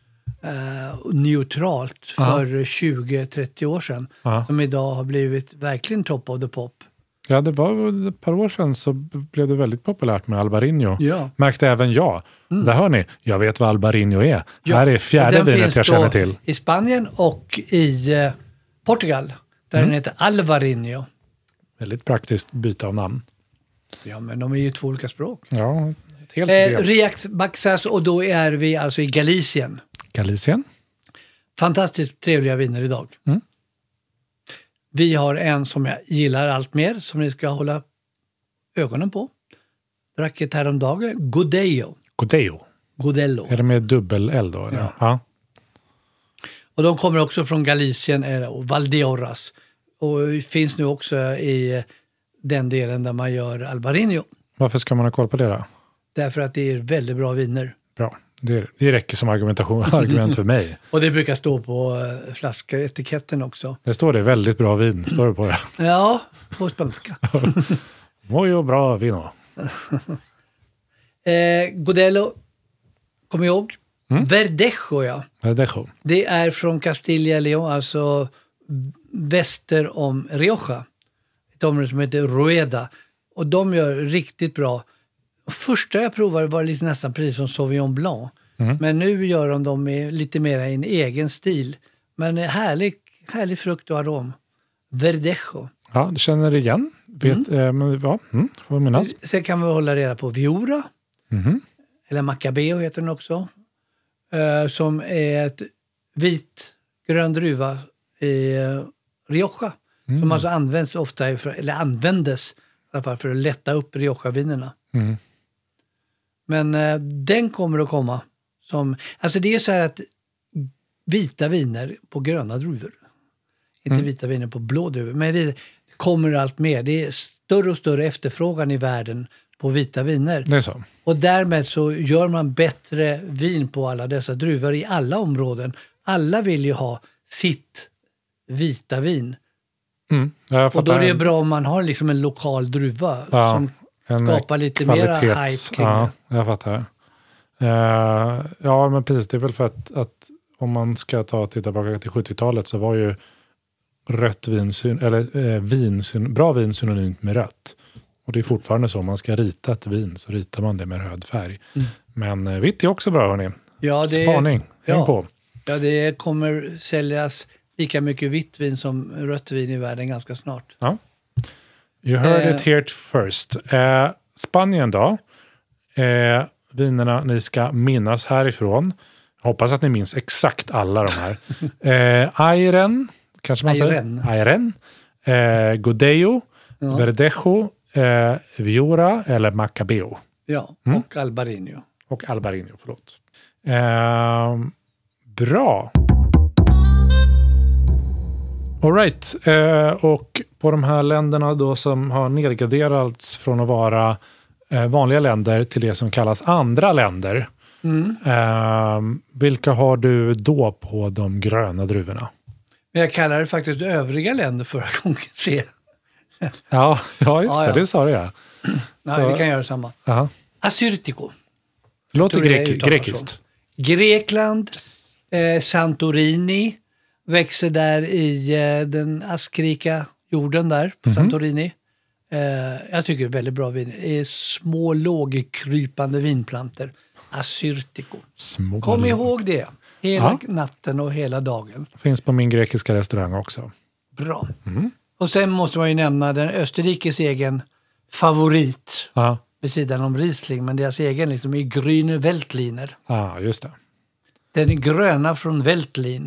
neutralt för 20-30 år sedan. Som idag har blivit verkligen top of the pop. Ja, det var ett par år sedan så blev det väldigt populärt med Albarino. Ja. Märkte även jag. Där hör ni, jag vet vad Albarino är. Ja. Här är fjärde vinet jag känner till. I Spanien och i Portugal. Där den heter Alvarinho. Väldigt praktiskt byte av namn. Ja, men de är ju 2 olika språk. Ja, helt Riax Baxas, och då är vi alltså i Galicien. Galicien. Fantastiskt trevliga viner idag. Vi har en som jag gillar allt mer, som ni ska hålla ögonen på. Drack ett häromdagen. Godello. Är det med dubbel-L då? Eller? Ja. Och de kommer också från Galicien och Valdeorras. Och finns nu också i den delen där man gör Albarino. Varför ska man ha koll på det då? Därför att det är väldigt bra viner. Bra. Det räcker som argument för mig. Och det brukar stå på flasketiketten också. Det står det, väldigt bra vin, står det på det. Ja, på spanska. Muy bra vino. Godello, kom ihåg. Verdejo, ja. Verdejo. Det är från Castilla y León, alltså väster om Rioja. Ett område som heter Rueda. Och de gör riktigt bra. Första jag provade var lite nästan precis som Sauvignon Blanc. Men nu gör de dem lite mer i en egen stil. Men härlig frukt och arom. Verdejo. Ja, du känner igen. Får minnas. Sen kan man hålla reda på Viura. Eller Macabeo heter den också. Som är ett grön druva i Rioja. Som alltså används ofta, användes i alla fall för att lätta upp Rioja-vinerna. Men den kommer att komma. Alltså det är så här att vita viner på gröna druvor. Inte vita viner på blå druvor. Men det kommer allt mer. Det är större och större efterfrågan i världen på vita viner. Det är så. Och därmed så gör man bättre vin på alla dessa druvor i alla områden. Alla vill ju ha sitt vita vin. Och då är det bra om man har liksom en lokal druva som skapar lite mera hype kring det. Jag fattar. Ja, men precis. Det är väl för att om man ska titta tillbaka till 70-talet så var ju rött vin, bra vin synonymt med rött. Och det är fortfarande så, om man ska rita ett vin så ritar man det med röd färg. Men vitt är också bra, hörni. Ja, Spaning, häng på. Ja, det kommer säljas lika mycket vitt vin som rött vin i världen ganska snart. Ja. You heard it here first. Spanien då. Vinerna ni ska minnas härifrån. Hoppas att ni minns exakt alla de här. Ayren, kanske man säger. Ayren. Godello, Verdejo, Viura eller Macabeo. Ja, och Albarino. Och Albarino, förlåt. Bra. All right. Och på de här länderna då som har nedgraderats från att vara vanliga länder till det som kallas andra länder. Vilka har du då på de gröna druvorna? Jag kallar det faktiskt övriga länder förra gången. Ja, just det. Det sa du ja. Nej, vi kan göra samma. Aha. Assyrtiko. Låter grekiskt. Grekland, Santorini, växer där i den askrika jorden där på Santorini. Jag tycker det är väldigt bra vin. Det är små lågkrypande vinplanter. Assyrtiko. Kom ihåg det. Hela natten och hela dagen. Finns på min grekiska restaurang också. Bra. Och sen måste man ju nämna den Österrikes egen favorit. Vid sidan om Riesling. Men deras egen liksom är Grüne Veltliner. Ja, just det. Den gröna från Veltlin.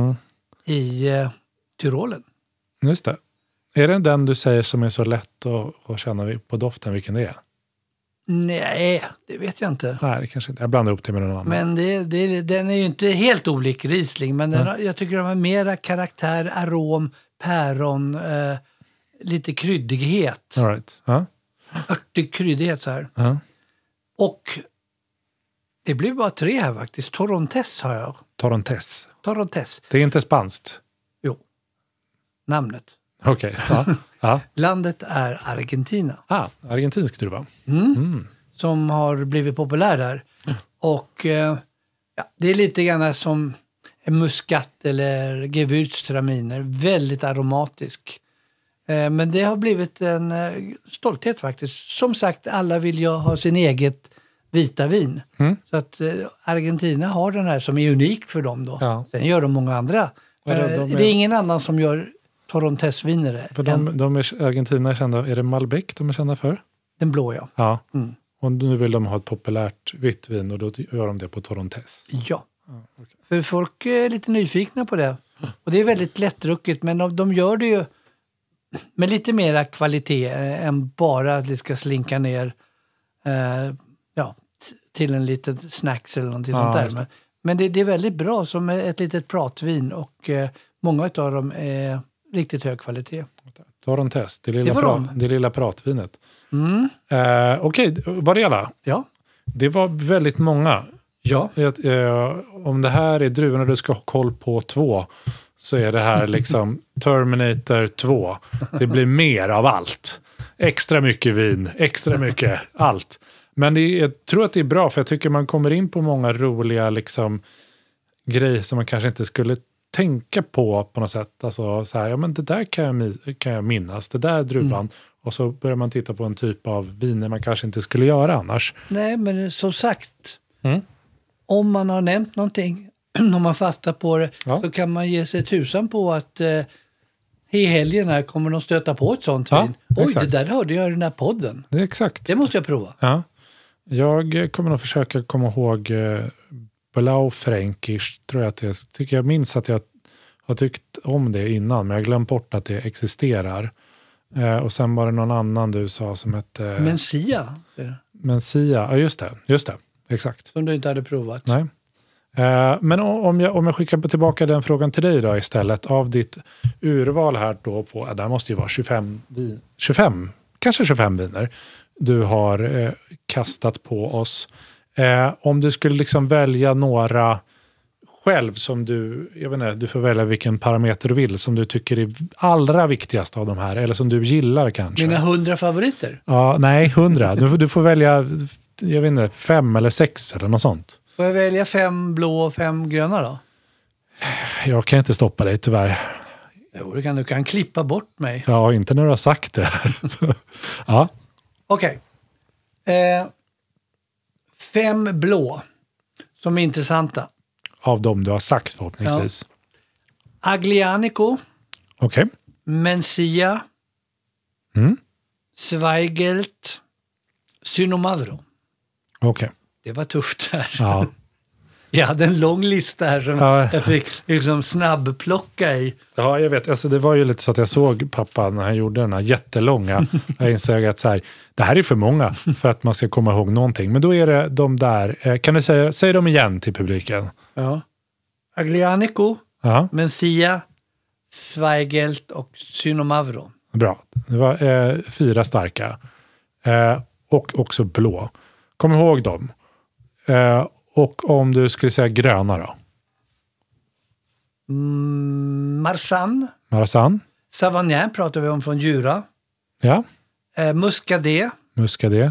I Tyrolen. Just det. Är det den du säger som är så lätt att känna på doften vilken det är? Nej, det vet jag inte. Nej, det kanske inte. Jag blandar upp det med någon annan. Men den är ju inte helt olik Riesling. Men jag tycker de har mera karaktär, arom, päron, lite kryddighet. All right. Örtig kryddighet så här. Och det blir bara 3 här faktiskt. Torrontés har jag. Torrontés. Det är inte spanskt? Jo. Namnet. Okej. Landet är Argentina. Argentinsk druva. Som har blivit populär där. Och det är lite grann som en muskat eller gewürztraminer. Väldigt aromatisk. Men det har blivit en stolthet faktiskt. Som sagt, alla vill ju ha sin eget vita vin. Så att Argentina har den här som är unik för dem då. Ja. Sen gör de många andra. Det är ingen annan som gör Torrontés-viner. För de är Argentina är kända, är det Malbec de är kända för? Den blå, ja. Ja. Och nu vill de ha ett populärt vitt vin och då gör de det på Torrontés. Ja. Okay. För folk är lite nyfikna på det. Och det är väldigt lättdrucket, men de gör det ju med lite mera kvalitet än bara att det ska slinka ner till en liten snacks eller någonting sånt där. Men det är väldigt bra som ett litet pratvin och många av dem är riktigt hög kvalitet. Torrontés, det lilla pratvinet. Okej, var det alla? Ja. Det var väldigt många. Ja. Om det här är druvorna du ska ha koll på 2 så är det här liksom Terminator 2. Det blir mer av allt. Extra mycket vin, extra mycket allt. Men jag tror att det är bra för jag tycker man kommer in på många roliga liksom, grejer som man kanske inte skulle tänka på något sätt. Alltså så här, ja men det där kan jag minnas, det där druvan. Och så börjar man titta på en typ av viner man kanske inte skulle göra annars. Nej, men som sagt, om man har nämnt någonting, om man fastar på det, så kan man ge sig tusan på att i helgen här kommer de stöta på ett sånt vin. Oj, exakt. Det där hörde jag i den här podden. Det är exakt. Det måste jag prova. Ja. Jag kommer nog försöka komma ihåg Blaufränkisch, tror jag att det är. Tycker jag minns att jag har tyckt om det innan, men jag har glömt bort att det existerar. Och sen var det någon annan du sa som hette... Mencia, ja just det, exakt. Som du inte hade provat. Nej. Men om jag skickar tillbaka den frågan till dig då istället, av ditt urval här då på, där måste ju vara 25 viner du har kastat på oss. Om du skulle liksom välja några själv som jag vet inte, du får välja vilken parameter du vill som du tycker är allra viktigast av de här, eller som du gillar kanske. Mina 100 favoriter? Ja, nej 100. Du får välja, jag vet inte, 5 eller 6 eller något sånt. Får jag välja 5 blå och 5 gröna då? Jag kan inte stoppa dig tyvärr. Jo, du kan klippa bort mig. Ja, inte när du har sagt det här. Ja. Okej. 5 blå som är intressanta. Av dem du har sagt förhoppningsvis. Ja. Aglianico. Okej. Mencia. Zweigelt. Synomavro. Okej. Det var tufft här. Ja. Jag hade en lång lista här som jag fick liksom snabbplocka i. Ja, jag vet. Alltså, det var ju lite så att jag såg pappa när han gjorde den här jättelånga. Jag insåg att så här, det här är för många för att man ska komma ihåg någonting. Men då är det de där. Kan du säga dem igen till publiken? Ja. Aglianico, Mencia, Zweigelt och Synomavro. Bra. Det var 4 starka. Och också blå. Kom ihåg dem. Och om du skulle säga gröna då? Marsanne. Marsanne. Savagnin pratar vi om från Jura. Ja. Muscadet.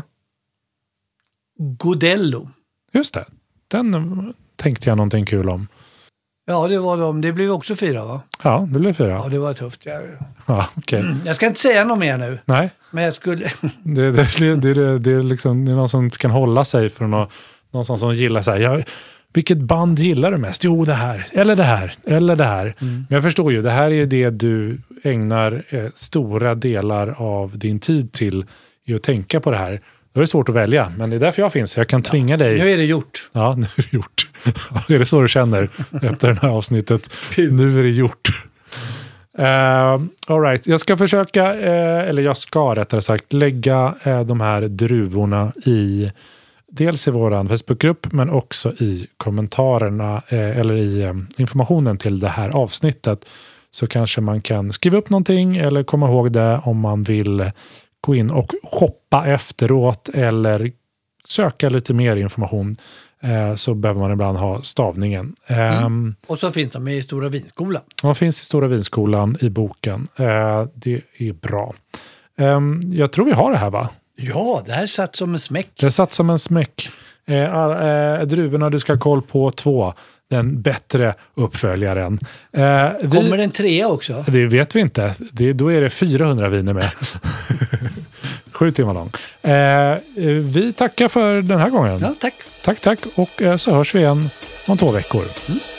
Godello. Just det. Den tänkte jag någonting kul om. Ja, det var de. Det blev också 4, va? Ja, det blev 4. Ja, det var tufft. Ja, okay. Jag ska inte säga något mer nu. Nej. Men jag skulle... det är liksom, det är någon som kan hålla sig för någon som gillar så här. Vilket band gillar du mest? Jo, det här. Eller det här. Eller det här. Men jag förstår ju, det här är det du ägnar stora delar av din tid till i att tänka på det här. Då är det svårt att välja, men det är därför jag finns. Jag kan tvinga dig. Nu är det gjort. Ja, nu är det gjort. Är det så du känner efter det här avsnittet? Nu är det gjort. All right. Jag ska försöka, eller jag ska rättare sagt, lägga de här druvorna i dels i våran Facebookgrupp, men också i kommentarerna eller i informationen till det här avsnittet. Så kanske man kan skriva upp någonting eller komma ihåg det om man vill gå in och shoppa efteråt eller söka lite mer information, så behöver man ibland ha stavningen. Och så finns de i Stora Vinskolan. De finns i Stora Vinskolan i boken. Det är bra. Jag tror vi har det här, va? Ja, det här satt som en smäck. Det satt som en smäck. Druvorna du ska ha koll på 2. Den bättre uppföljaren. Kommer en 3 också? Det vet vi inte. Då är det 400 viner med. 7 timmar lång. Vi tackar för den här gången. Ja, tack. Tack. Och så hörs vi igen om 2 veckor.